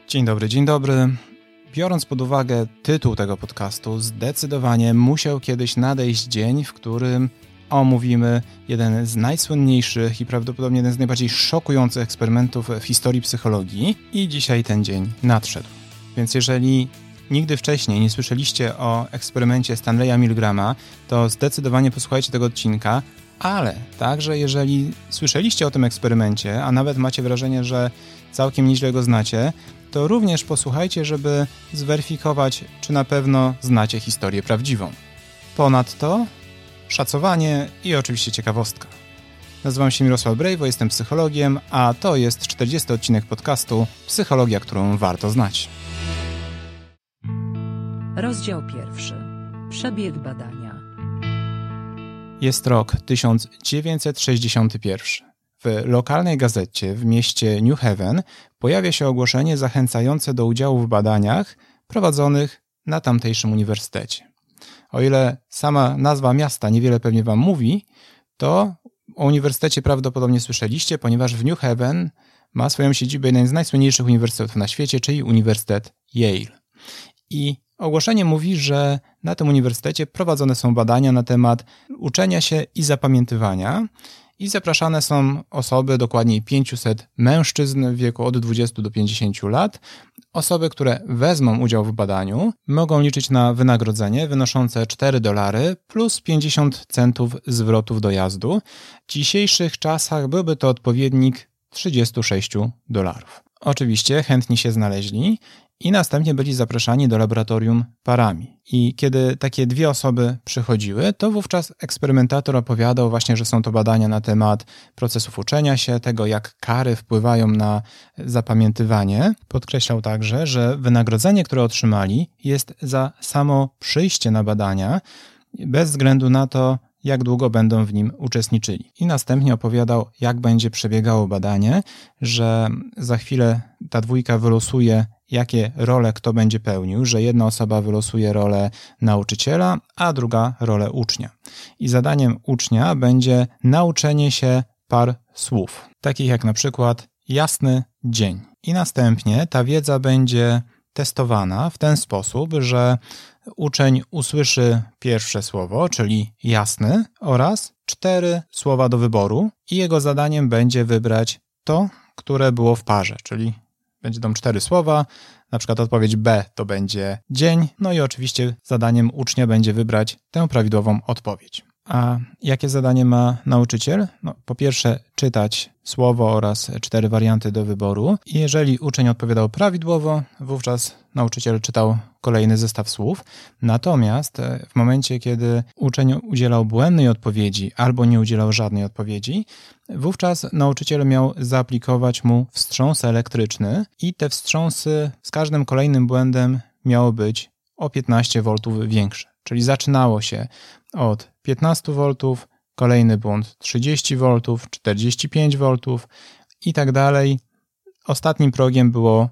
Dzień dobry. Biorąc pod uwagę tytuł tego podcastu, zdecydowanie musiał kiedyś nadejść dzień, w którym omówimy jeden z najsłynniejszych i prawdopodobnie jeden z najbardziej szokujących eksperymentów w historii psychologii i dzisiaj ten dzień nadszedł. Więc jeżeli nigdy wcześniej nie słyszeliście o eksperymencie Stanleya Milgrama, to zdecydowanie posłuchajcie tego odcinka, ale także jeżeli słyszeliście o tym eksperymencie, a nawet macie wrażenie, że całkiem nieźle go znacie, to również posłuchajcie, żeby zweryfikować, czy na pewno znacie historię prawdziwą. Ponadto szacowanie i oczywiście ciekawostka. Nazywam się Mirosław Brejwo, jestem psychologiem, a to jest 40. odcinek podcastu Psychologia, którą warto znać. Rozdział 1. Przebieg badania. Jest rok 1961. W lokalnej gazecie w mieście New Haven pojawia się ogłoszenie zachęcające do udziału w badaniach prowadzonych na tamtejszym uniwersytecie. O ile sama nazwa miasta niewiele pewnie wam mówi, to o uniwersytecie prawdopodobnie słyszeliście, ponieważ w New Haven ma swoją siedzibę jeden z najsłynniejszych uniwersytetów na świecie, czyli Uniwersytet Yale. I ogłoszenie mówi, że na tym uniwersytecie prowadzone są badania na temat uczenia się i zapamiętywania i zapraszane są osoby, dokładniej 500 mężczyzn w wieku od 20 do 50 lat. Osoby, które wezmą udział w badaniu, mogą liczyć na wynagrodzenie wynoszące $4 plus 50 centów zwrotów dojazdu. W dzisiejszych czasach byłby to odpowiednik $36. Oczywiście chętni się znaleźli i następnie byli zapraszani do laboratorium parami. I kiedy takie dwie osoby przychodziły, to wówczas eksperymentator opowiadał właśnie, że są to badania na temat procesów uczenia się, tego jak kary wpływają na zapamiętywanie. Podkreślał także, że wynagrodzenie, które otrzymali, jest za samo przyjście na badania, bez względu na to, jak długo będą w nim uczestniczyli. I następnie opowiadał, jak będzie przebiegało badanie, że za chwilę ta dwójka wylosuje, jakie role kto będzie pełnił, że jedna osoba wylosuje rolę nauczyciela, a druga rolę ucznia. I zadaniem ucznia będzie nauczenie się par słów, takich jak na przykład jasny dzień. I następnie ta wiedza będzie testowana w ten sposób, że uczeń usłyszy pierwsze słowo, czyli jasny, oraz 4 słowa do wyboru i jego zadaniem będzie wybrać to, które było w parze, czyli będzie tam 4 słowa, na przykład odpowiedź B to będzie dzień, no i oczywiście zadaniem ucznia będzie wybrać tę prawidłową odpowiedź. A jakie zadanie ma nauczyciel? No, po pierwsze czytać słowo oraz 4 warianty do wyboru. I jeżeli uczeń odpowiadał prawidłowo, wówczas nauczyciel czytał kolejny zestaw słów. Natomiast w momencie, kiedy uczeń udzielał błędnej odpowiedzi albo nie udzielał żadnej odpowiedzi, wówczas nauczyciel miał zaaplikować mu wstrząs elektryczny i te wstrząsy z każdym kolejnym błędem miało być o 15 V większe. Czyli zaczynało się od 15 V, kolejny błąd 30 V, 45 V i tak dalej. Ostatnim progiem było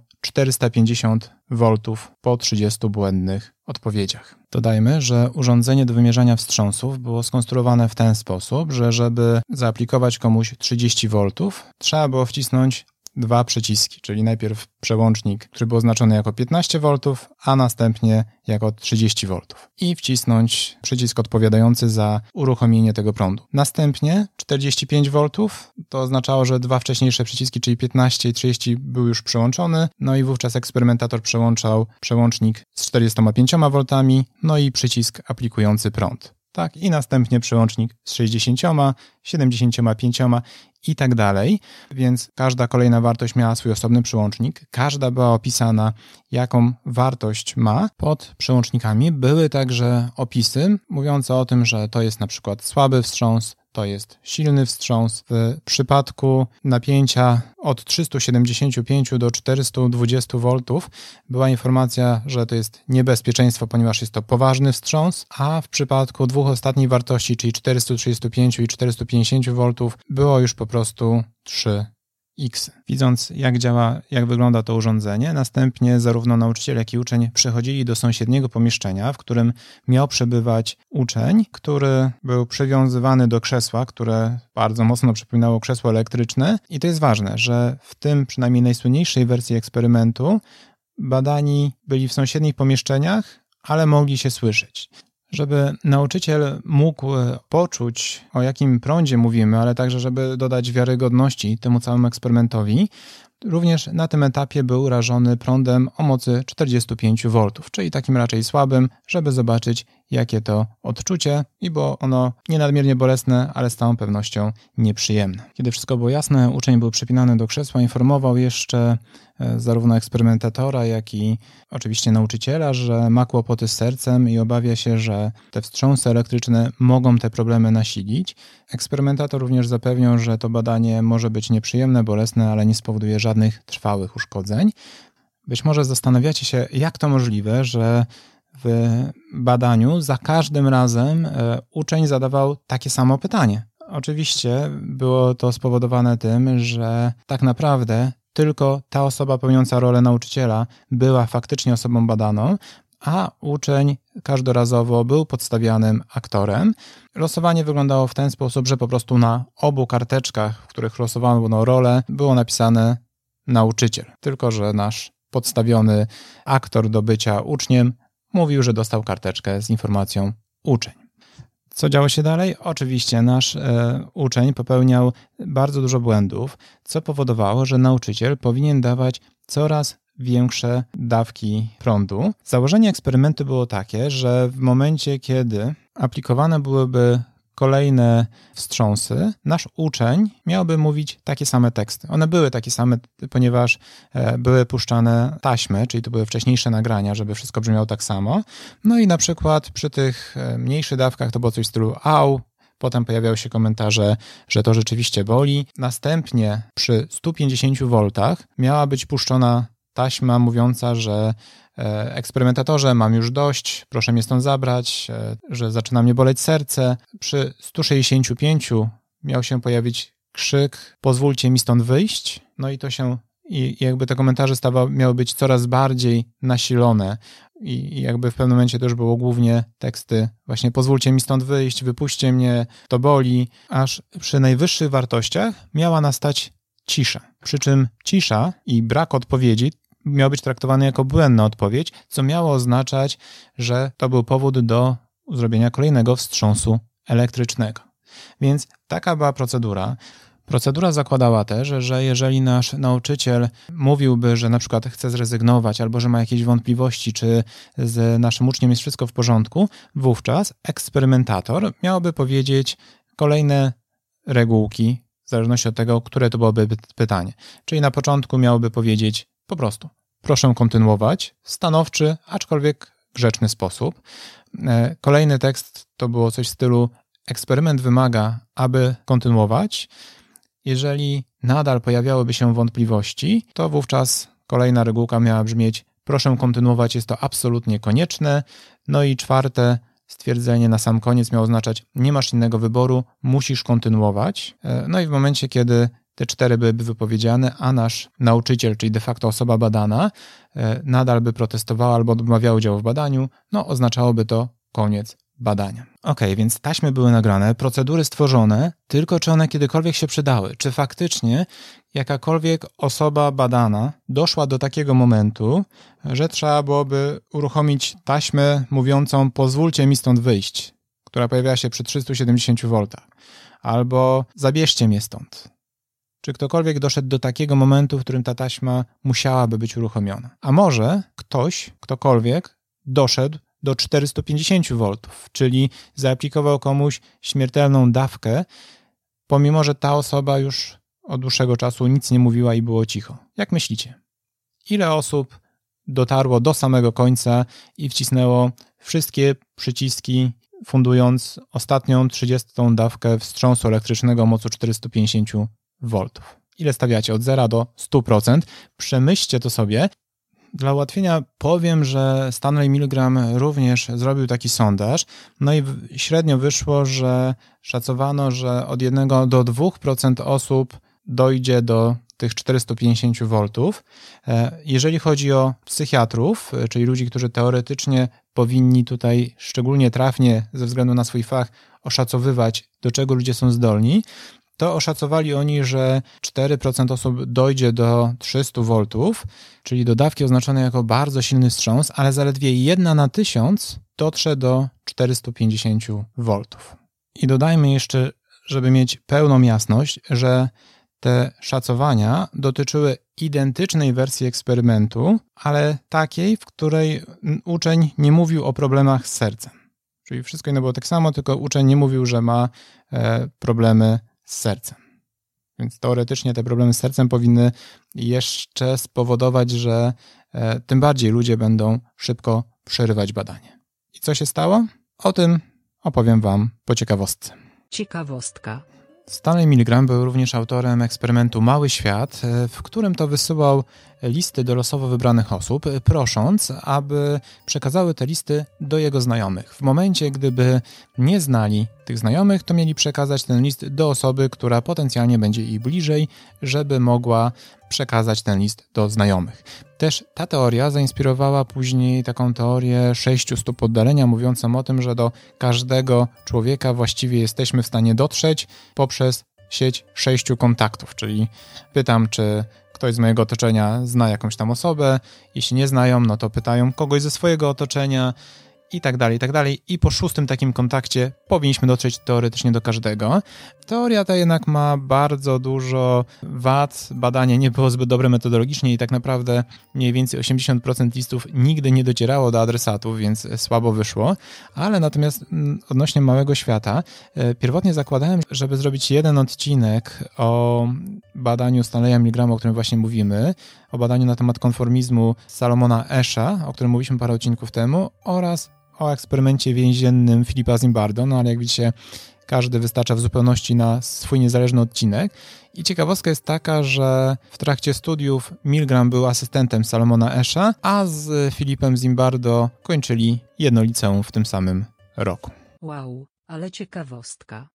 450 V po 30 błędnych odpowiedziach. Dodajmy, że urządzenie do wymierzania wstrząsów było skonstruowane w ten sposób, że żeby zaaplikować komuś 30 V, trzeba było wcisnąć 2 przyciski, czyli najpierw przełącznik, który był oznaczony jako 15 V, a następnie jako 30 V i wcisnąć przycisk odpowiadający za uruchomienie tego prądu. Następnie 45 V to oznaczało, że 2 wcześniejsze przyciski, czyli 15 i 30 były już przełączone, no i wówczas eksperymentator przełączał przełącznik z 45 V, no i przycisk aplikujący prąd. Tak, i następnie przełącznik z 60, 75 i tak dalej, więc każda kolejna wartość miała swój osobny przełącznik, każda była opisana, jaką wartość ma. Pod przełącznikami były także opisy mówiące o tym, że to jest na przykład słaby wstrząs, to jest silny wstrząs. W przypadku napięcia od 375 do 420 V była informacja, że to jest niebezpieczeństwo, ponieważ jest to poważny wstrząs, a w przypadku dwóch ostatnich wartości, czyli 435 i 450 V, było już po prostu 3 X. Widząc, jak wygląda to urządzenie, następnie zarówno nauczyciel, jak i uczeń przechodzili do sąsiedniego pomieszczenia, w którym miał przebywać uczeń, który był przywiązywany do krzesła, które bardzo mocno przypominało krzesło elektryczne. I to jest ważne, że w tym przynajmniej najsłynniejszej wersji eksperymentu badani byli w sąsiednich pomieszczeniach, ale mogli się słyszeć. Żeby nauczyciel mógł poczuć, o jakim prądzie mówimy, ale także żeby dodać wiarygodności temu całemu eksperymentowi, również na tym etapie był rażony prądem o mocy 45 V, czyli takim raczej słabym, żeby zobaczyć, jakie to odczucie i było ono nie nadmiernie bolesne, ale z całą pewnością nieprzyjemne. Kiedy wszystko było jasne, uczeń był przypinany do krzesła, informował jeszcze zarówno eksperymentatora, jak i oczywiście nauczyciela, że ma kłopoty z sercem i obawia się, że te wstrząsy elektryczne mogą te problemy nasilić. Eksperymentator również zapewniał, że to badanie może być nieprzyjemne, bolesne, ale nie spowoduje żadnych trwałych uszkodzeń. Być może zastanawiacie się, jak to możliwe, że w badaniu za każdym razem uczeń zadawał takie samo pytanie. Oczywiście było to spowodowane tym, że tak naprawdę tylko ta osoba pełniąca rolę nauczyciela była faktycznie osobą badaną, a uczeń każdorazowo był podstawianym aktorem. Losowanie wyglądało w ten sposób, że po prostu na obu karteczkach, w których losowano rolę, było napisane nauczyciel. Tylko że nasz podstawiony aktor do bycia uczniem mówił, że dostał karteczkę z informacją uczeń. Co działo się dalej? Oczywiście nasz uczeń popełniał bardzo dużo błędów, co powodowało, że nauczyciel powinien dawać coraz większe dawki prądu. Założenie eksperymentu było takie, że w momencie, kiedy aplikowane byłyby kolejne wstrząsy, nasz uczeń miałby mówić takie same teksty. One były takie same, ponieważ były puszczane taśmy, czyli to były wcześniejsze nagrania, żeby wszystko brzmiało tak samo. No i na przykład przy tych mniejszych dawkach to było coś w stylu au, potem pojawiały się komentarze, że to rzeczywiście boli. Następnie przy 150 V miała być puszczona taśma mówiąca, że eksperymentatorze, mam już dość, proszę mnie stąd zabrać, że zaczyna mnie boleć serce. Przy 165 miał się pojawić krzyk, pozwólcie mi stąd wyjść. No i to się, i jakby te komentarze miały być coraz bardziej nasilone i jakby w pewnym momencie to już było głównie teksty właśnie pozwólcie mi stąd wyjść, wypuśćcie mnie, to boli, aż przy najwyższych wartościach miała nastać cisza. Przy czym cisza i brak odpowiedzi miał być traktowany jako błędna odpowiedź, co miało oznaczać, że to był powód do zrobienia kolejnego wstrząsu elektrycznego. Więc taka była procedura. Procedura zakładała też, że jeżeli nasz nauczyciel mówiłby, że na przykład chce zrezygnować albo że ma jakieś wątpliwości, czy z naszym uczniem jest wszystko w porządku, wówczas eksperymentator miałby powiedzieć kolejne regułki, w zależności od tego, które to byłoby pytanie. Czyli na początku miałby powiedzieć po prostu proszę kontynuować w stanowczy, aczkolwiek grzeczny sposób. Kolejny tekst to było coś w stylu eksperyment wymaga, aby kontynuować. Jeżeli nadal pojawiałyby się wątpliwości, to wówczas kolejna regułka miała brzmieć proszę kontynuować, jest to absolutnie konieczne. No i czwarte stwierdzenie na sam koniec miało oznaczać nie masz innego wyboru, musisz kontynuować. No i w momencie, kiedy te 4 byłyby wypowiedziane, a nasz nauczyciel, czyli de facto osoba badana, nadal by protestowała albo odmawiała udziału w badaniu, no oznaczałoby to koniec badania. Okej, więc taśmy były nagrane, procedury stworzone, tylko czy one kiedykolwiek się przydały? Czy faktycznie jakakolwiek osoba badana doszła do takiego momentu, że trzeba byłoby uruchomić taśmę mówiącą pozwólcie mi stąd wyjść, która pojawiała się przy 370 V, albo zabierzcie mnie stąd. Czy ktokolwiek doszedł do takiego momentu, w którym ta taśma musiałaby być uruchomiona? A może ktokolwiek doszedł do 450 V, czyli zaaplikował komuś śmiertelną dawkę, pomimo że ta osoba już od dłuższego czasu nic nie mówiła i było cicho. Jak myślicie? Ile osób dotarło do samego końca i wcisnęło wszystkie przyciski, fundując ostatnią 30. dawkę wstrząsu elektrycznego o mocy 450 V? Ile stawiacie? Od 0 do 100%. Przemyślcie to sobie. Dla ułatwienia powiem, że Stanley Milgram również zrobił taki sondaż, no i średnio wyszło, że szacowano, że od 1 do 2% osób dojdzie do tych 450 V. Jeżeli chodzi o psychiatrów, czyli ludzi, którzy teoretycznie powinni tutaj szczególnie trafnie ze względu na swój fach oszacowywać, do czego ludzie są zdolni, to oszacowali oni, że 4% osób dojdzie do 300 V, czyli do dawki oznaczonej jako bardzo silny wstrząs, ale zaledwie 1 na 1000 dotrze do 450 V. I dodajmy jeszcze, żeby mieć pełną jasność, że te szacowania dotyczyły identycznej wersji eksperymentu, ale takiej, w której uczeń nie mówił o problemach z sercem. Czyli wszystko inne było tak samo, tylko uczeń nie mówił, że ma problemy z sercem. Więc teoretycznie te problemy z sercem powinny jeszcze spowodować, że tym bardziej ludzie będą szybko przerywać badanie. I co się stało? O tym opowiem Wam po ciekawostce. Ciekawostka. Stanley Milgram był również autorem eksperymentu Mały Świat, w którym to wysyłał listy do losowo wybranych osób, prosząc, aby przekazały te listy do jego znajomych. W momencie, gdyby nie znali tych znajomych, to mieli przekazać ten list do osoby, która potencjalnie będzie ich bliżej, żeby mogła przekazać ten list do znajomych. Też ta teoria zainspirowała później taką teorię 6 stóp oddalenia, mówiącą o tym, że do każdego człowieka właściwie jesteśmy w stanie dotrzeć poprzez sieć 6 kontaktów, czyli pytam, czy ktoś z mojego otoczenia zna jakąś tam osobę, jeśli nie znają, no to pytają kogoś ze swojego otoczenia i tak dalej, i tak dalej. I po 6 takim kontakcie powinniśmy dotrzeć teoretycznie do każdego. Teoria ta jednak ma bardzo dużo wad. Badanie nie było zbyt dobre metodologicznie i tak naprawdę mniej więcej 80% listów nigdy nie docierało do adresatów, więc słabo wyszło. Ale natomiast odnośnie Małego Świata, pierwotnie zakładałem, żeby zrobić jeden odcinek o badaniu Stanleya Milgrama, o którym właśnie mówimy, o badaniu na temat konformizmu Salomona Esha, o którym mówiliśmy parę odcinków temu, oraz o eksperymencie więziennym Philippa Zimbardo, no ale jak widzicie, każdy wystarcza w zupełności na swój niezależny odcinek. I ciekawostka jest taka, że w trakcie studiów Milgram był asystentem Salomona Esha, a z Philippem Zimbardo kończyli jedno liceum w tym samym roku. Wow, ale ciekawostka.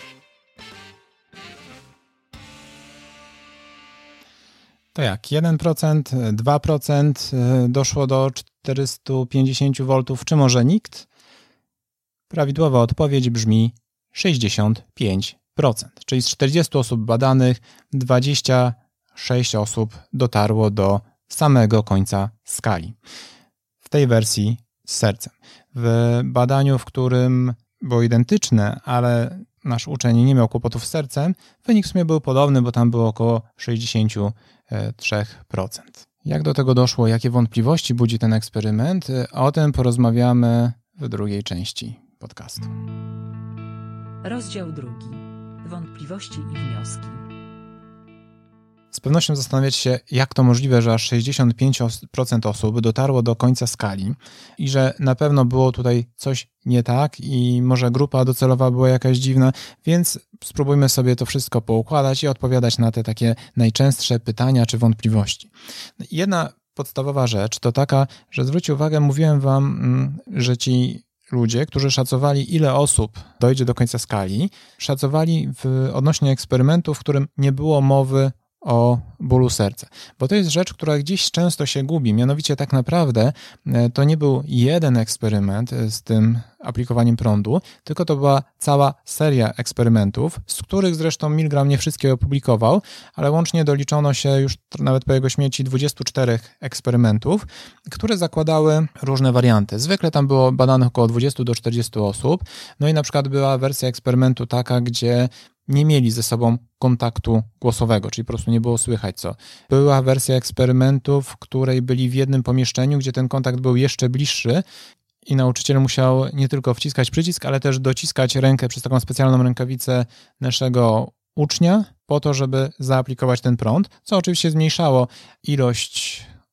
To jak? 1%, 2% doszło do 450 V, czy może nikt? Prawidłowa odpowiedź brzmi 65%. Czyli z 40 osób badanych 26 osób dotarło do samego końca skali. W tej wersji z sercem. W badaniu, w którym było identyczne, ale nasz uczeń nie miał kłopotów z sercem, wynik w sumie był podobny, bo tam było około 63%. Jak do tego doszło, jakie wątpliwości budzi ten eksperyment, o tym porozmawiamy w drugiej części podcastu. Rozdział 2. Wątpliwości i wnioski. Z pewnością zastanawiacie się, jak to możliwe, że aż 65% osób dotarło do końca skali i że na pewno było tutaj coś nie tak i może grupa docelowa była jakaś dziwna, więc spróbujmy sobie to wszystko poukładać i odpowiadać na te takie najczęstsze pytania czy wątpliwości. Jedna podstawowa rzecz to taka, że zwróćcie uwagę, mówiłem Wam, że ci ludzie, którzy szacowali, ile osób dojdzie do końca skali, szacowali odnośnie eksperymentu, w którym nie było mowy o bólu serca. Bo to jest rzecz, która gdzieś często się gubi. Mianowicie tak naprawdę to nie był jeden eksperyment z tym aplikowaniem prądu, tylko to była cała seria eksperymentów, z których zresztą Milgram nie wszystkie opublikował, ale łącznie doliczono się już nawet po jego śmierci 24 eksperymentów, które zakładały różne warianty. Zwykle tam było badanych około 20 do 40 osób. No i na przykład była wersja eksperymentu taka, gdzie nie mieli ze sobą kontaktu głosowego, czyli po prostu nie było słychać co. Była wersja eksperymentu, w której byli w jednym pomieszczeniu, gdzie ten kontakt był jeszcze bliższy i nauczyciel musiał nie tylko wciskać przycisk, ale też dociskać rękę przez taką specjalną rękawicę naszego ucznia po to, żeby zaaplikować ten prąd, co oczywiście zmniejszało ilość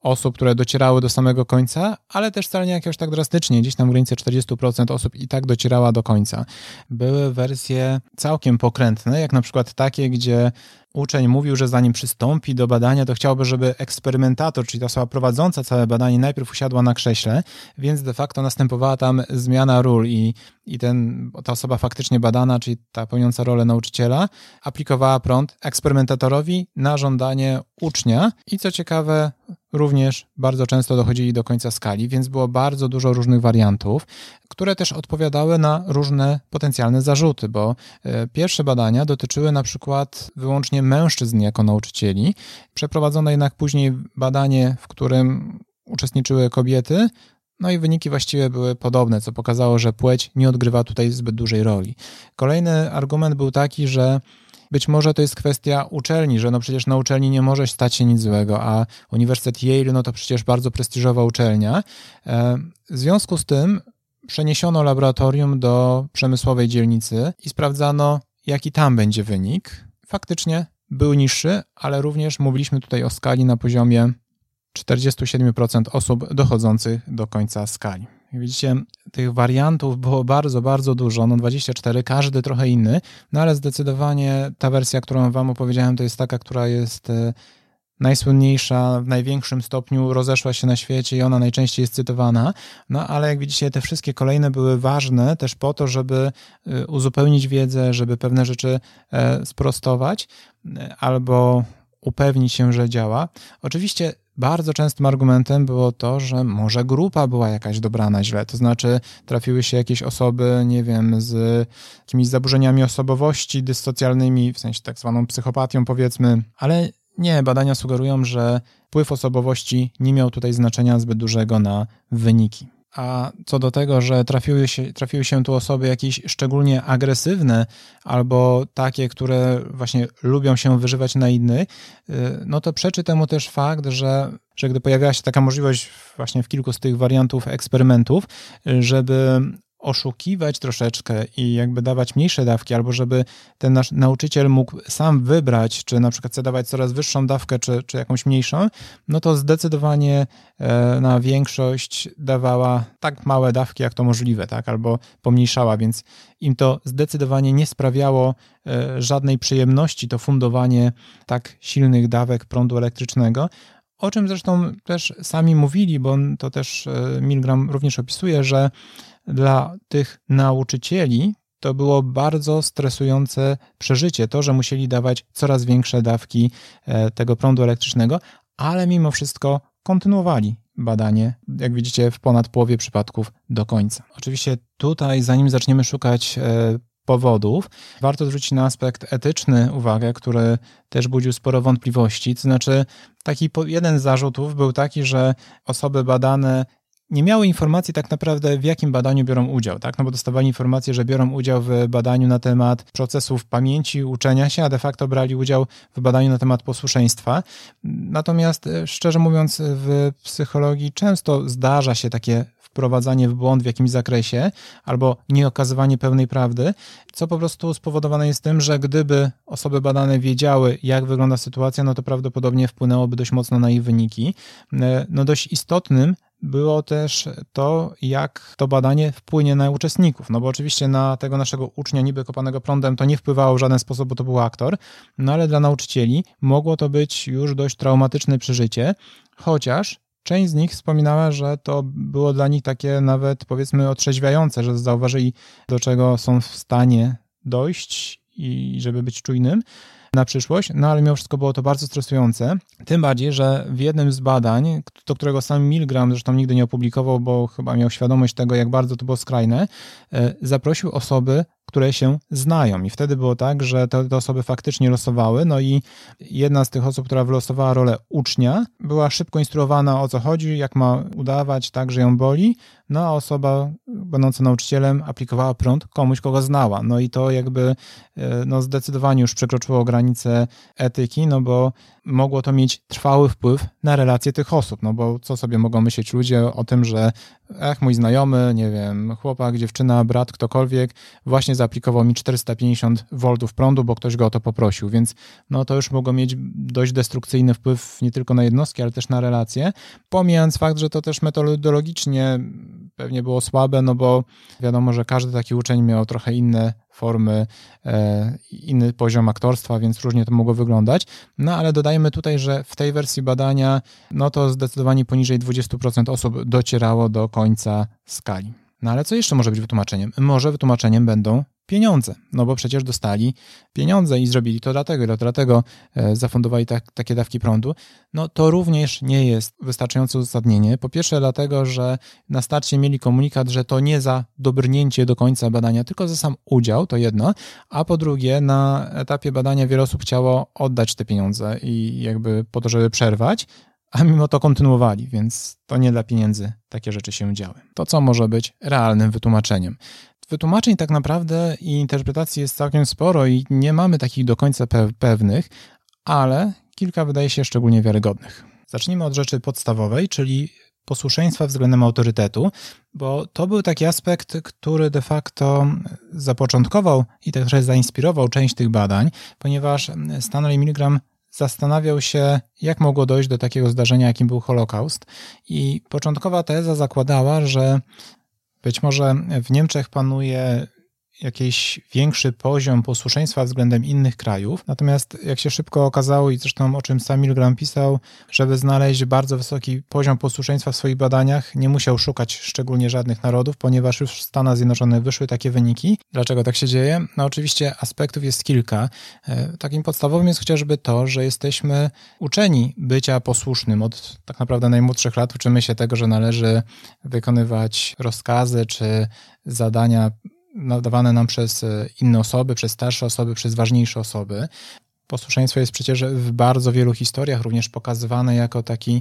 osób, które docierały do samego końca, ale też wcale nie jakiegoś tak drastycznie, gdzieś tam w granicy 40% osób i tak docierała do końca. Były wersje całkiem pokrętne, jak na przykład takie, gdzie uczeń mówił, że zanim przystąpi do badania, to chciałby, żeby eksperymentator, czyli ta osoba prowadząca całe badanie, najpierw usiadła na krześle, więc de facto następowała tam zmiana ról i ta osoba faktycznie badana, czyli ta pełniąca rolę nauczyciela, aplikowała prąd eksperymentatorowi na żądanie ucznia i co ciekawe, również bardzo często dochodzili do końca skali, więc było bardzo dużo różnych wariantów, które też odpowiadały na różne potencjalne zarzuty, bo pierwsze badania dotyczyły na przykład wyłącznie mężczyzn jako nauczycieli. Przeprowadzono jednak później badanie, w którym uczestniczyły kobiety, no i wyniki właściwie były podobne, co pokazało, że płeć nie odgrywa tutaj zbyt dużej roli. Kolejny argument był taki, że być może to jest kwestia uczelni, że no przecież na uczelni nie może stać się nic złego, a Uniwersytet Yale no to przecież bardzo prestiżowa uczelnia. W związku z tym przeniesiono laboratorium do przemysłowej dzielnicy i sprawdzano, jaki tam będzie wynik. Faktycznie był niższy, ale również mówiliśmy tutaj o skali na poziomie 47% osób dochodzących do końca skali. Jak widzicie, tych wariantów było bardzo, bardzo dużo, 24, każdy trochę inny, no ale zdecydowanie ta wersja, którą wam opowiedziałem, to jest taka, która jest najsłynniejsza, w największym stopniu rozeszła się na świecie i ona najczęściej jest cytowana, no ale jak widzicie, te wszystkie kolejne były ważne też po to, żeby uzupełnić wiedzę, żeby pewne rzeczy sprostować albo upewnić się, że działa. Oczywiście bardzo częstym argumentem było to, że może grupa była jakaś dobrana źle, to znaczy trafiły się jakieś osoby, nie wiem, z jakimiś zaburzeniami osobowości dyssocjalnymi, w sensie tak zwaną psychopatią powiedzmy, ale nie, badania sugerują, że wpływ osobowości nie miał tutaj znaczenia zbyt dużego na wyniki. A co do tego, że trafiły się tu osoby jakieś szczególnie agresywne albo takie, które właśnie lubią się wyżywać na innych, no to przeczy temu też fakt, że gdy pojawiała się taka możliwość właśnie w kilku z tych wariantów eksperymentów, żeby oszukiwać troszeczkę i jakby dawać mniejsze dawki, albo żeby ten nasz nauczyciel mógł sam wybrać, czy na przykład chce dawać coraz wyższą dawkę, czy jakąś mniejszą, no to zdecydowanie na większość dawała tak małe dawki, jak to możliwe, tak, albo pomniejszała, więc im to zdecydowanie nie sprawiało żadnej przyjemności, to fundowanie tak silnych dawek prądu elektrycznego, o czym zresztą też sami mówili, bo to też Milgram również opisuje, że dla tych nauczycieli to było bardzo stresujące przeżycie, to, że musieli dawać coraz większe dawki tego prądu elektrycznego, ale mimo wszystko kontynuowali badanie, jak widzicie, w ponad połowie przypadków do końca. Oczywiście tutaj, zanim zaczniemy szukać powodów, warto zwrócić na aspekt etyczny uwagę, który też budził sporo wątpliwości. To znaczy, jeden z zarzutów był taki, że osoby badane nie miały informacji tak naprawdę, w jakim badaniu biorą udział, tak? No bo dostawali informację, że biorą udział w badaniu na temat procesów pamięci, uczenia się, a de facto brali udział w badaniu na temat posłuszeństwa. Natomiast szczerze mówiąc, w psychologii często zdarza się takie wprowadzanie w błąd w jakimś zakresie albo nieokazywanie pełnej prawdy, co po prostu spowodowane jest tym, że gdyby osoby badane wiedziały, jak wygląda sytuacja, no to prawdopodobnie wpłynęłoby dość mocno na ich wyniki. No dość istotnym było też to, jak to badanie wpłynie na uczestników. No bo oczywiście na tego naszego ucznia niby kopanego prądem to nie wpływało w żaden sposób, bo to był aktor, no ale dla nauczycieli mogło to być już dość traumatyczne przeżycie, chociaż część z nich wspominała, że to było dla nich takie nawet powiedzmy otrzeźwiające, że zauważyli, do czego są w stanie dojść i żeby być czujnym na przyszłość, no ale mimo wszystko było to bardzo stresujące, tym bardziej, że w jednym z badań, do którego sam Milgram zresztą nigdy nie opublikował, bo chyba miał świadomość tego, jak bardzo to było skrajne, zaprosił osoby, które się znają i wtedy było tak, że te osoby faktycznie losowały, no i jedna z tych osób, która wylosowała rolę ucznia, była szybko instruowana, o co chodzi, jak ma udawać tak, że ją boli, no a osoba będąca nauczycielem aplikowała prąd komuś, kogo znała, no i to jakby no zdecydowanie już przekroczyło granice etyki, no bo mogło to mieć trwały wpływ na relacje tych osób, no bo co sobie mogą myśleć ludzie o tym, że mój znajomy, nie wiem, chłopak, dziewczyna, brat, ktokolwiek właśnie zaaplikował mi 450 V prądu, bo ktoś go o to poprosił, więc no to już mogło mieć dość destrukcyjny wpływ nie tylko na jednostki, ale też na relacje, pomijając fakt, że to też metodologicznie pewnie było słabe, no bo wiadomo, że każdy taki uczeń miał trochę inne formy, inny poziom aktorstwa, więc różnie to mogło wyglądać. No ale dodajmy tutaj, że w tej wersji badania, no to zdecydowanie poniżej 20% osób docierało do końca skali. No ale co jeszcze może być wytłumaczeniem? Może wytłumaczeniem będą pieniądze, no bo przecież dostali pieniądze i zrobili to dlatego zafundowali takie dawki prądu. No to również nie jest wystarczające uzasadnienie. Po pierwsze dlatego, że na starcie mieli komunikat, że to nie za dobrnięcie do końca badania, tylko za sam udział, to jedno, a po drugie na etapie badania wiele osób chciało oddać te pieniądze i jakby po to, żeby przerwać, a mimo to kontynuowali, więc to nie dla pieniędzy takie rzeczy się działy. To co może być realnym wytłumaczeniem? Wytłumaczeń tak naprawdę i interpretacji jest całkiem sporo i nie mamy takich do końca pewnych, ale kilka wydaje się szczególnie wiarygodnych. Zacznijmy od rzeczy podstawowej, czyli posłuszeństwa względem autorytetu, bo to był taki aspekt, który de facto zapoczątkował i też zainspirował część tych badań, ponieważ Stanley Milgram zastanawiał się, jak mogło dojść do takiego zdarzenia, jakim był Holokaust. I początkowa teza zakładała, że być może w Niemczech panuje jakiś większy poziom posłuszeństwa względem innych krajów. Natomiast jak się szybko okazało i zresztą o czym sam Milgram pisał, żeby znaleźć bardzo wysoki poziom posłuszeństwa w swoich badaniach, nie musiał szukać szczególnie żadnych narodów, ponieważ już w Stanach Zjednoczonych wyszły takie wyniki. Dlaczego tak się dzieje? No oczywiście aspektów jest kilka. Takim podstawowym jest chociażby to, że jesteśmy uczeni bycia posłusznym. Od tak naprawdę najmłodszych lat uczymy się tego, że należy wykonywać rozkazy czy zadania nadawane nam przez inne osoby, przez starsze osoby, przez ważniejsze osoby. Posłuszeństwo jest przecież w bardzo wielu historiach również pokazywane jako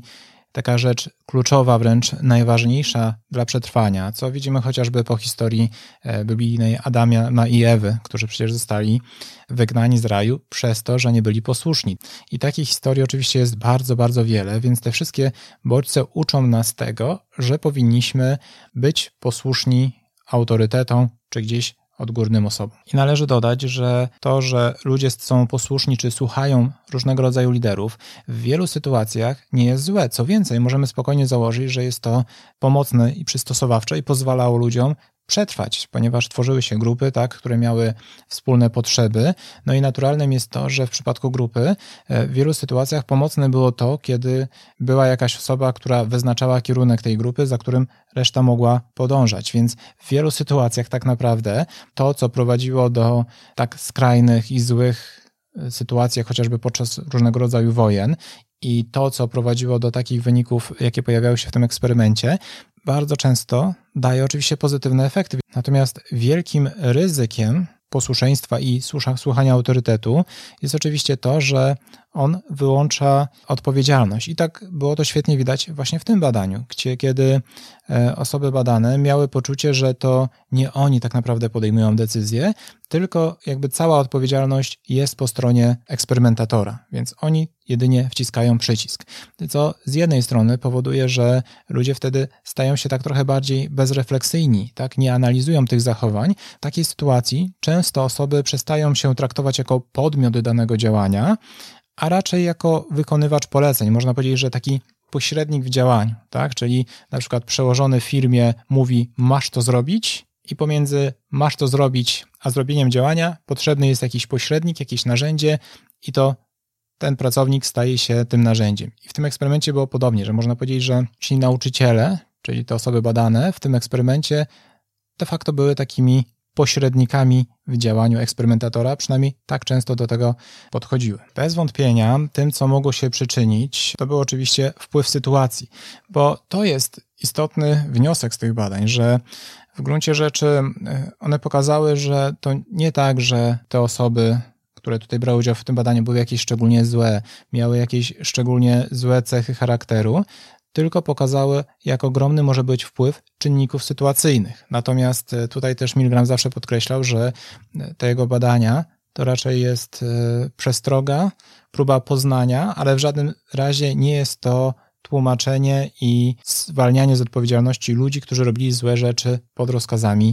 taka rzecz kluczowa, wręcz najważniejsza dla przetrwania, co widzimy chociażby po historii biblijnej Adama i Ewy, którzy przecież zostali wygnani z raju przez to, że nie byli posłuszni. I takich historii oczywiście jest bardzo, bardzo wiele, więc te wszystkie bodźce uczą nas tego, że powinniśmy być posłuszni autorytetom, czy gdzieś odgórnym osobom. I należy dodać, że to, że ludzie są posłuszni, czy słuchają różnego rodzaju liderów, w wielu sytuacjach nie jest złe. Co więcej, możemy spokojnie założyć, że jest to pomocne i przystosowawcze i pozwalało ludziom przetrwać, ponieważ tworzyły się grupy, które miały wspólne potrzeby. No i naturalnym jest to, że w przypadku grupy w wielu sytuacjach pomocne było to, kiedy była jakaś osoba, która wyznaczała kierunek tej grupy, za którym reszta mogła podążać. Więc w wielu sytuacjach tak naprawdę to, co prowadziło do tak skrajnych i złych sytuacji, chociażby podczas różnego rodzaju wojen, i to, co prowadziło do takich wyników, jakie pojawiały się w tym eksperymencie, bardzo często daje oczywiście pozytywne efekty. Natomiast wielkim ryzykiem posłuszeństwa i słuchania autorytetu jest oczywiście to, że on wyłącza odpowiedzialność. I tak było to świetnie widać właśnie w tym badaniu, kiedy osoby badane miały poczucie, że to nie oni tak naprawdę podejmują decyzje, tylko jakby cała odpowiedzialność jest po stronie eksperymentatora, więc oni jedynie wciskają przycisk. Co z jednej strony powoduje, że ludzie wtedy stają się tak trochę bardziej bezrefleksyjni, nie analizują tych zachowań. W takiej sytuacji często osoby przestają się traktować jako podmiot danego działania, a raczej jako wykonywacz poleceń. Można powiedzieć, że taki pośrednik w działaniu, czyli na przykład przełożony w firmie mówi masz to zrobić i pomiędzy masz to zrobić a zrobieniem działania potrzebny jest jakiś pośrednik, jakieś narzędzie i to ten pracownik staje się tym narzędziem. I w tym eksperymencie było podobnie, że można powiedzieć, że ci nauczyciele, czyli te osoby badane w tym eksperymencie de facto były takimi pośrednikami w działaniu eksperymentatora, przynajmniej tak często do tego podchodziły. Bez wątpienia tym, co mogło się przyczynić, to był oczywiście wpływ sytuacji, bo to jest istotny wniosek z tych badań, że w gruncie rzeczy one pokazały, że to nie tak, że te osoby, które tutaj brały udział w tym badaniu, były jakieś szczególnie złe, miały jakieś szczególnie złe cechy charakteru, tylko pokazały, jak ogromny może być wpływ czynników sytuacyjnych. Natomiast tutaj też Milgram zawsze podkreślał, że te jego badania to raczej jest przestroga, próba poznania, ale w żadnym razie nie jest to tłumaczenie i zwalnianie z odpowiedzialności ludzi, którzy robili złe rzeczy pod rozkazami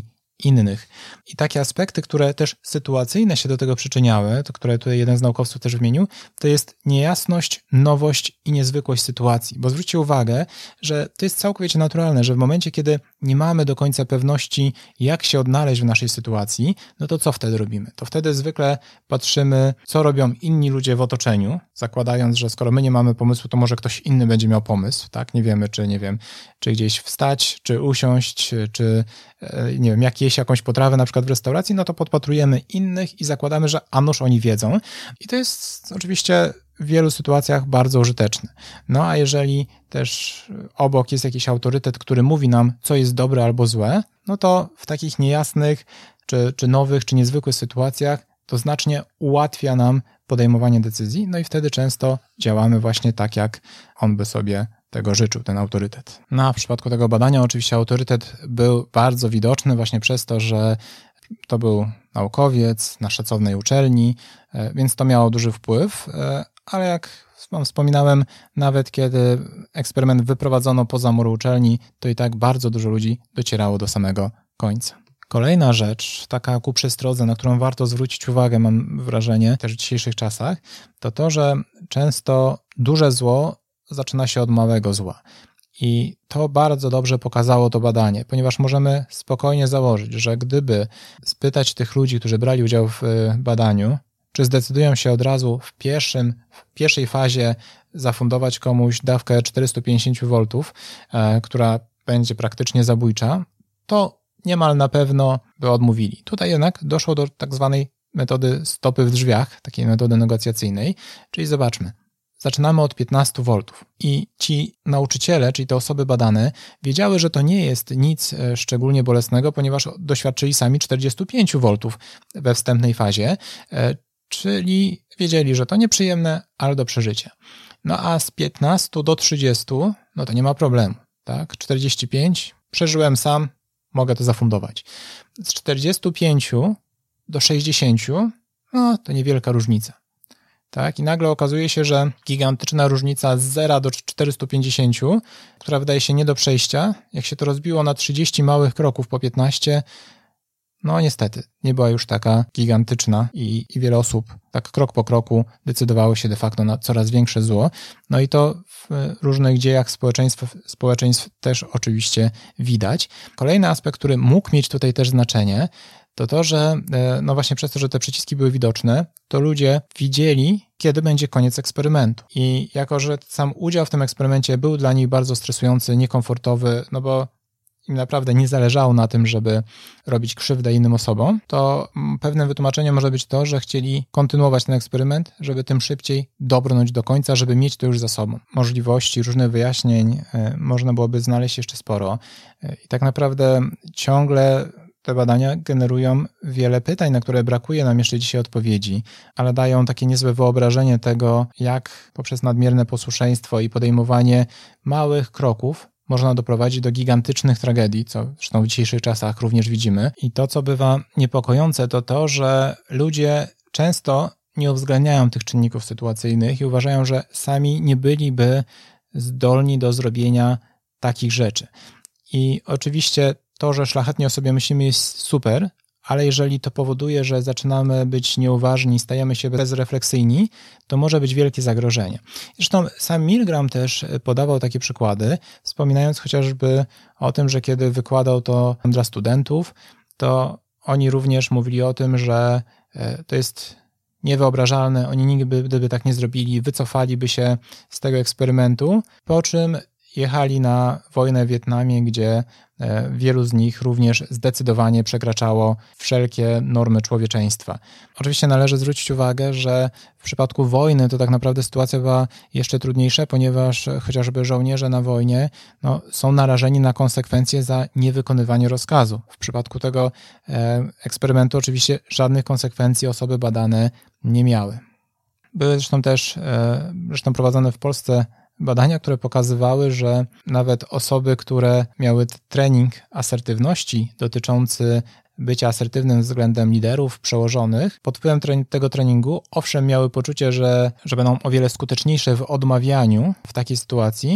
innych. I takie aspekty, które też sytuacyjne się do tego przyczyniały, to które tutaj jeden z naukowców też wymienił, to jest niejasność, nowość i niezwykłość sytuacji. Bo zwróćcie uwagę, że to jest całkowicie naturalne, że w momencie, kiedy nie mamy do końca pewności, jak się odnaleźć w naszej sytuacji, no to co wtedy robimy? To wtedy zwykle patrzymy, co robią inni ludzie w otoczeniu, zakładając, że skoro my nie mamy pomysłu, to może ktoś inny będzie miał pomysł, tak? Nie wiemy, czy gdzieś wstać, czy usiąść, czy nie wiem, jak jeść jakąś potrawę na przykład w restauracji, no to podpatrujemy innych i zakładamy, że a nuż oni wiedzą. I to jest oczywiście w wielu sytuacjach bardzo użyteczne. No a jeżeli też obok jest jakiś autorytet, który mówi nam, co jest dobre albo złe, no to w takich niejasnych, czy nowych, czy niezwykłych sytuacjach to znacznie ułatwia nam podejmowanie decyzji, no i wtedy często działamy właśnie tak, jak on by sobie tego życzył, ten autorytet. No a w przypadku tego badania oczywiście autorytet był bardzo widoczny właśnie przez to, że to był naukowiec na szacownej uczelni, więc to miało duży wpływ, ale jak wspominałem, nawet kiedy eksperyment wyprowadzono poza mury uczelni, to i tak bardzo dużo ludzi docierało do samego końca. Kolejna rzecz, taka ku przestrodze, na którą warto zwrócić uwagę, mam wrażenie, też w dzisiejszych czasach, to, że często duże zło zaczyna się od małego zła. I to bardzo dobrze pokazało to badanie, ponieważ możemy spokojnie założyć, że gdyby spytać tych ludzi, którzy brali udział w badaniu, czy zdecydują się od razu w pierwszej fazie zafundować komuś dawkę 450 V, która będzie praktycznie zabójcza, to niemal na pewno by odmówili. Tutaj jednak doszło do tak zwanej metody stopy w drzwiach, takiej metody negocjacyjnej, czyli zobaczmy, zaczynamy od 15 V i ci nauczyciele, czyli te osoby badane, wiedziały, że to nie jest nic szczególnie bolesnego, ponieważ doświadczyli sami 45 V we wstępnej fazie, czyli wiedzieli, że to nieprzyjemne, ale do przeżycia. No a z 15 do 30, no to nie ma problemu, tak? 45 przeżyłem sam, mogę to zafundować. Z 45 do 60, no to niewielka różnica. Tak? I nagle okazuje się, że gigantyczna różnica z 0 do 450, która wydaje się nie do przejścia, jak się to rozbiło na 30 małych kroków po 15, no niestety nie była już taka gigantyczna i wiele osób tak krok po kroku decydowało się de facto na coraz większe zło. No i to w różnych dziejach społeczeństw też oczywiście widać. Kolejny aspekt, który mógł mieć tutaj też znaczenie, to, że no właśnie przez to, że te przyciski były widoczne, to ludzie widzieli, kiedy będzie koniec eksperymentu. I jako, że sam udział w tym eksperymencie był dla nich bardzo stresujący, niekomfortowy, no bo im naprawdę nie zależało na tym, żeby robić krzywdę innym osobom, to pewnym wytłumaczeniem może być to, że chcieli kontynuować ten eksperyment, żeby tym szybciej dobrnąć do końca, żeby mieć to już za sobą. Możliwości, różnych wyjaśnień można byłoby znaleźć jeszcze sporo. I tak naprawdę ciągle te badania generują wiele pytań, na które brakuje nam jeszcze dzisiaj odpowiedzi, ale dają takie niezłe wyobrażenie tego, jak poprzez nadmierne posłuszeństwo i podejmowanie małych kroków można doprowadzić do gigantycznych tragedii, co zresztą w dzisiejszych czasach również widzimy. I to, co bywa niepokojące, to, że ludzie często nie uwzględniają tych czynników sytuacyjnych i uważają, że sami nie byliby zdolni do zrobienia takich rzeczy. I oczywiście to, że szlachetnie o sobie myślimy, jest super, ale jeżeli to powoduje, że zaczynamy być nieuważni, stajemy się bezrefleksyjni, to może być wielkie zagrożenie. Zresztą sam Milgram też podawał takie przykłady, wspominając chociażby o tym, że kiedy wykładał to dla studentów, to oni również mówili o tym, że to jest niewyobrażalne, oni nigdy gdyby tak nie zrobili, wycofaliby się z tego eksperymentu, po czym jechali na wojnę w Wietnamie, gdzie wielu z nich również zdecydowanie przekraczało wszelkie normy człowieczeństwa. Oczywiście należy zwrócić uwagę, że w przypadku wojny to tak naprawdę sytuacja była jeszcze trudniejsza, ponieważ chociażby żołnierze na wojnie są narażeni na konsekwencje za niewykonywanie rozkazu. W przypadku tego eksperymentu oczywiście żadnych konsekwencji osoby badane nie miały. Były zresztą prowadzone w Polsce badania, które pokazywały, że nawet osoby, które miały trening asertywności dotyczący bycia asertywnym względem liderów, przełożonych, pod wpływem tego treningu owszem miały poczucie, że będą o wiele skuteczniejsze w odmawianiu w takiej sytuacji,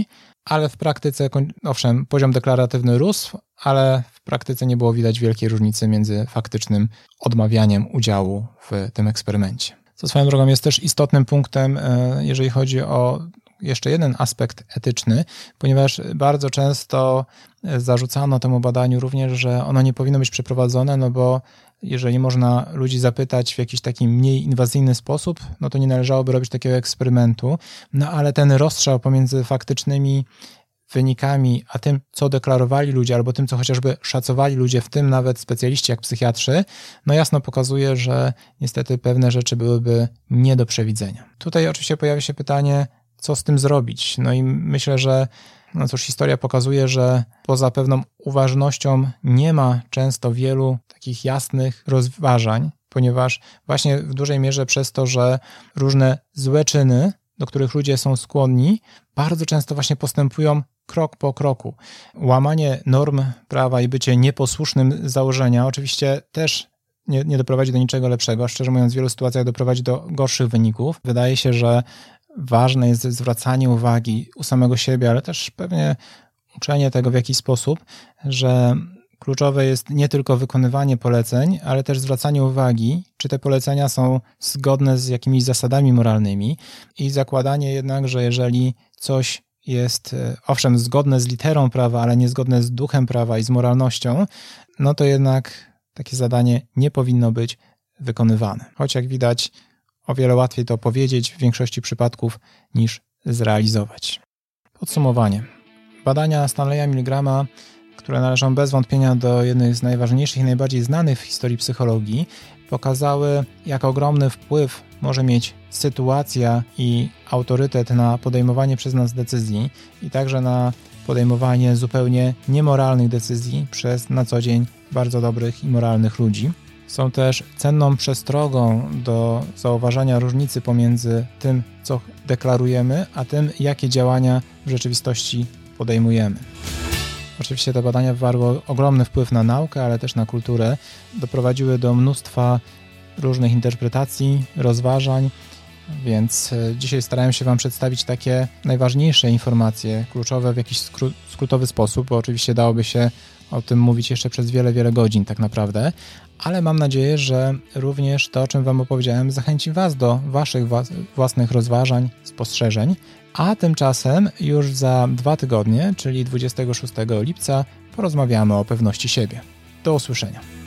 ale w praktyce, owszem, poziom deklaratywny rósł, ale w praktyce nie było widać wielkiej różnicy między faktycznym odmawianiem udziału w tym eksperymencie. Co swoją drogą jest też istotnym punktem, jeżeli chodzi o jeszcze jeden aspekt etyczny, ponieważ bardzo często zarzucano temu badaniu również, że ono nie powinno być przeprowadzone, no bo jeżeli można ludzi zapytać w jakiś taki mniej inwazyjny sposób, no to nie należałoby robić takiego eksperymentu, no ale ten rozstrzał pomiędzy faktycznymi wynikami, a tym, co deklarowali ludzie, albo tym, co chociażby szacowali ludzie, w tym nawet specjaliści jak psychiatrzy, no jasno pokazuje, że niestety pewne rzeczy byłyby nie do przewidzenia. Tutaj oczywiście pojawia się pytanie, co z tym zrobić? No i myślę, że no cóż, historia pokazuje, że poza pewną uważnością nie ma często wielu takich jasnych rozważań, ponieważ właśnie w dużej mierze przez to, że różne złe czyny, do których ludzie są skłonni, bardzo często właśnie postępują krok po kroku. Łamanie norm prawa i bycie nieposłusznym z założenia oczywiście też nie doprowadzi do niczego lepszego. Szczerze mówiąc, w wielu sytuacjach doprowadzi do gorszych wyników. Wydaje się, że ważne jest zwracanie uwagi u samego siebie, ale też pewnie uczenie tego w jakiś sposób, że kluczowe jest nie tylko wykonywanie poleceń, ale też zwracanie uwagi, czy te polecenia są zgodne z jakimiś zasadami moralnymi i zakładanie jednak, że jeżeli coś jest owszem zgodne z literą prawa, ale niezgodne z duchem prawa i z moralnością, no to jednak takie zadanie nie powinno być wykonywane. Choć jak widać, o wiele łatwiej to powiedzieć w większości przypadków niż zrealizować. Podsumowanie. Badania Stanleya Milgrama, które należą bez wątpienia do jednych z najważniejszych i najbardziej znanych w historii psychologii, pokazały, jak ogromny wpływ może mieć sytuacja i autorytet na podejmowanie przez nas decyzji i także na podejmowanie zupełnie niemoralnych decyzji przez na co dzień bardzo dobrych i moralnych ludzi. Są też cenną przestrogą do zauważania różnicy pomiędzy tym, co deklarujemy, a tym, jakie działania w rzeczywistości podejmujemy. Oczywiście te badania wywarły ogromny wpływ na naukę, ale też na kulturę. Doprowadziły do mnóstwa różnych interpretacji, rozważań, więc dzisiaj starałem się Wam przedstawić takie najważniejsze informacje, kluczowe w jakiś skrótowy sposób, bo oczywiście dałoby się o tym mówić jeszcze przez wiele, wiele godzin tak naprawdę, ale mam nadzieję, że również to, o czym Wam opowiedziałem, zachęci Was do Waszych własnych rozważań, spostrzeżeń, a tymczasem już za 2 tygodnie, czyli 26 lipca, porozmawiamy o pewności siebie. Do usłyszenia.